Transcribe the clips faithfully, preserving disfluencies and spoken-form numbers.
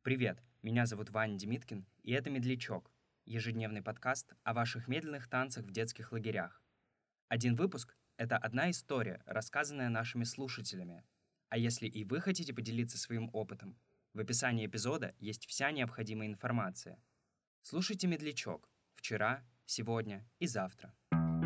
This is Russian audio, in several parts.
Привет, меня зовут Ваня Демиткин, и это «Медлячок» — ежедневный подкаст о ваших медленных танцах в детских лагерях. Один выпуск — это одна история, рассказанная нашими слушателями. А если и вы хотите поделиться своим опытом, в описании эпизода есть вся необходимая информация. Слушайте «Медлячок» вчера, сегодня и завтра.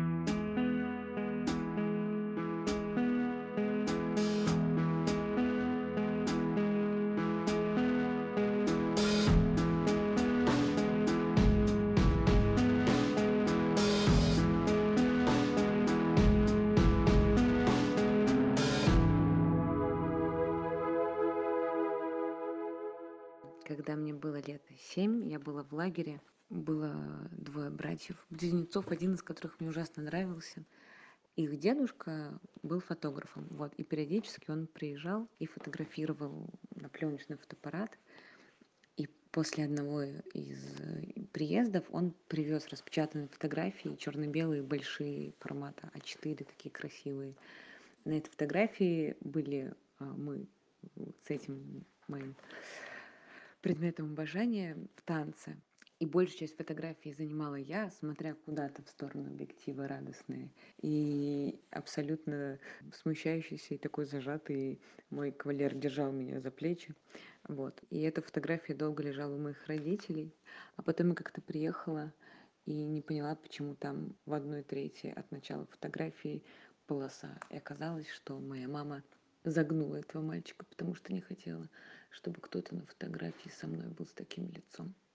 Когда мне было лет семь, я была в лагере. Было двое братьев-близнецов, один из которых мне ужасно нравился. Их дедушка был фотографом, вот, и периодически он приезжал и фотографировал на пленочный фотоаппарат. И после одного из приездов он привез распечатанные фотографии, черно-белые, большие, формата а четыре, такие красивые. На этой фотографии были а, мы с этим моим предметом обожания в танце. И большую часть фотографий занимала я, смотря куда-то в сторону объектива радостные. И абсолютно смущающийся и такой зажатый мой кавалер держал меня за плечи. Вот. И эта фотография долго лежала у моих родителей. А потом я как-то приехала и не поняла, почему там в одной трети от начала фотографии полоса. И оказалось, что моя мама загнула этого мальчика, потому что не хотела, чтобы кто-то на фотографии со мной был с таким лицом.